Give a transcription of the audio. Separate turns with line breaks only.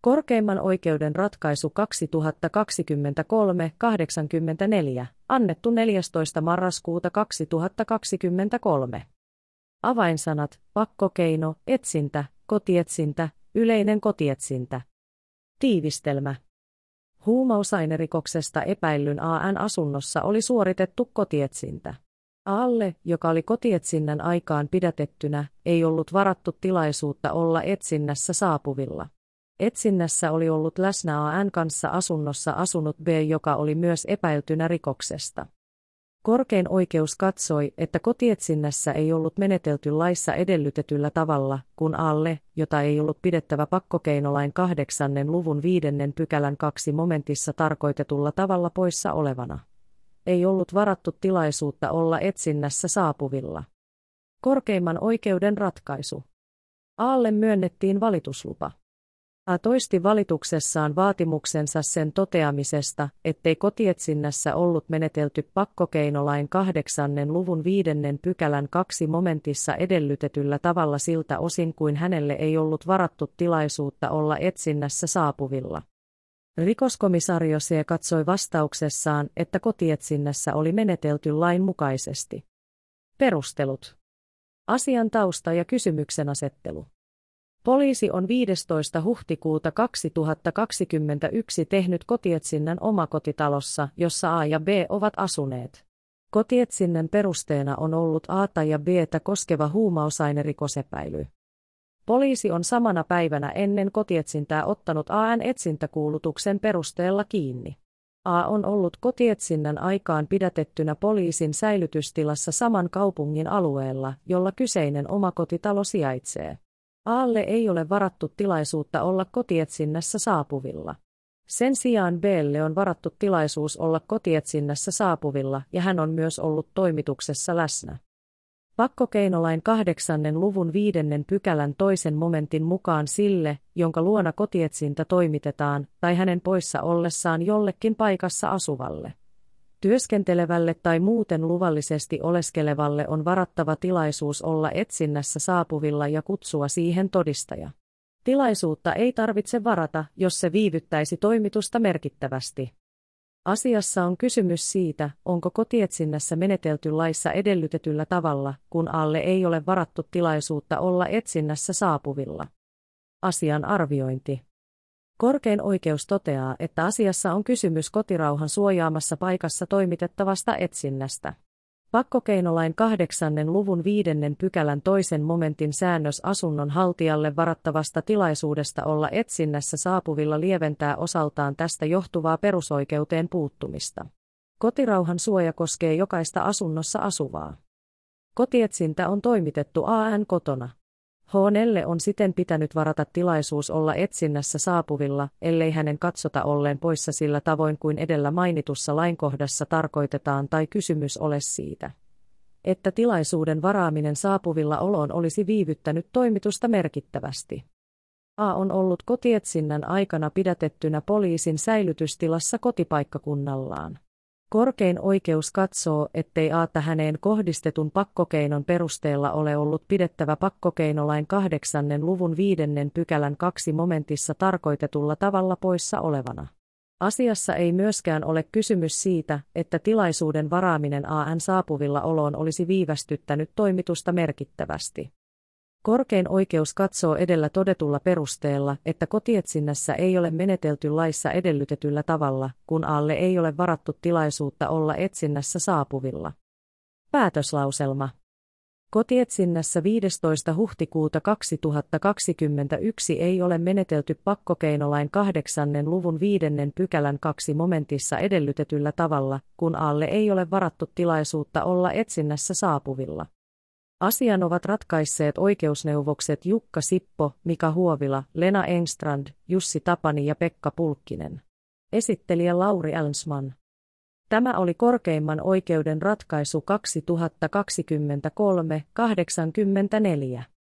Korkeimman oikeuden ratkaisu 2023-84, annettu 14. marraskuuta 2023. Avainsanat: pakkokeino, etsintä, kotietsintä, yleinen kotietsintä. Tiivistelmä. Huumausainerikoksesta epäillyn AN asunnossa oli suoritettu kotietsintä. A:lle, joka oli kotietsinnän aikaan pidätettynä, ei ollut varattu tilaisuutta olla etsinnässä saapuvilla. Etsinnässä oli ollut läsnä AN kanssa asunnossa asunut B, joka oli myös epäiltynä rikoksesta. Korkein oikeus katsoi, että kotietsinnässä ei ollut menetelty laissa edellytetyllä tavalla, kun A:lle, jota ei ollut pidettävä pakkokeinolain 8. luvun 5. pykälän 2 momentissa tarkoitetulla tavalla poissa olevana. Ei ollut varattu tilaisuutta olla etsinnässä saapuvilla. Korkeimman oikeuden ratkaisu. A:lle myönnettiin valituslupa. A toisti valituksessaan vaatimuksensa sen toteamisesta, ettei kotietsinnässä ollut menetelty pakkokeinolain 8. luvun 5. pykälän 2 momentissa edellytetyllä tavalla siltä osin kuin hänelle ei ollut varattu tilaisuutta olla etsinnässä saapuvilla. Rikoskomisario C katsoi vastauksessaan, että kotietsinnässä oli menetelty lain mukaisesti. Perustelut. Asian tausta ja kysymyksenasettelu. Poliisi on 15. huhtikuuta 2021 tehnyt kotietsinnän omakotitalossa, jossa A ja B ovat asuneet. Kotietsinnän perusteena on ollut A:ta ja B:tä koskeva huumausainerikosepäily. Poliisi on samana päivänä ennen kotietsintää ottanut A:n etsintäkuulutuksen perusteella kiinni. A on ollut kotietsinnän aikaan pidätettynä poliisin säilytystilassa saman kaupungin alueella, jolla kyseinen omakotitalo sijaitsee. A:lle ei ole varattu tilaisuutta olla kotietsinnässä saapuvilla. Sen sijaan B:lle on varattu tilaisuus olla kotietsinnässä saapuvilla ja hän on myös ollut toimituksessa läsnä. Pakkokeinolain 8. luvun 5. pykälän 2. momentin mukaan sille, jonka luona kotietsintä toimitetaan, tai hänen poissa ollessaan jollekin paikassa asuvalle, työskentelevälle tai muuten luvallisesti oleskelevalle on varattava tilaisuus olla etsinnässä saapuvilla ja kutsua siihen todistaja. Tilaisuutta ei tarvitse varata, jos se viivyttäisi toimitusta merkittävästi. Asiassa on kysymys siitä, onko kotietsinnässä menetelty laissa edellytetyllä tavalla, kun A:lle ei ole varattu tilaisuutta olla etsinnässä saapuvilla. Asian arviointi. Korkein oikeus toteaa, että asiassa on kysymys kotirauhan suojaamassa paikassa toimitettavasta etsinnästä. Pakkokeinolain 8. luvun 5. pykälän 2. momentin säännös asunnon haltijalle varattavasta tilaisuudesta olla etsinnässä saapuvilla lieventää osaltaan tästä johtuvaa perusoikeuteen puuttumista. Kotirauhan suoja koskee jokaista asunnossa asuvaa. Kotietsintä on toimitettu AN kotona. H:lle on siten pitänyt varata tilaisuus olla etsinnässä saapuvilla, ellei hänen katsota olleen poissa sillä tavoin kuin edellä mainitussa lainkohdassa tarkoitetaan tai kysymys ole siitä, että tilaisuuden varaaminen saapuvilla oloon olisi viivyttänyt toimitusta merkittävästi. A on ollut kotietsinnän aikana pidätettynä poliisin säilytystilassa kotipaikkakunnallaan. Korkein oikeus katsoo, ettei A:ta häneen kohdistetun pakkokeinon perusteella ole ollut pidettävä pakkokeinolain 8. luvun 5. pykälän 2 momentissa tarkoitetulla tavalla poissa olevana. Asiassa ei myöskään ole kysymys siitä, että tilaisuuden varaaminen AN saapuvilla oloon olisi viivästyttänyt toimitusta merkittävästi. Korkein oikeus katsoo edellä todetulla perusteella, että kotietsinnässä ei ole menetelty laissa edellytetyllä tavalla, kun A:lle ei ole varattu tilaisuutta olla etsinnässä saapuvilla. Päätöslauselma. Kotietsinnässä 15. huhtikuuta 2021 ei ole menetelty pakkokeinolain 8. luvun 5. pykälän 2 momentissa edellytetyllä tavalla, kun A:lle ei ole varattu tilaisuutta olla etsinnässä saapuvilla. Asian ovat ratkaisseet oikeusneuvokset Jukka Sippo, Mika Huovila, Lena Engstrand, Jussi Tapani ja Pekka Pulkkinen. Esittelijä Lauri Älnsman. Tämä oli korkeimman oikeuden ratkaisu 2023-84.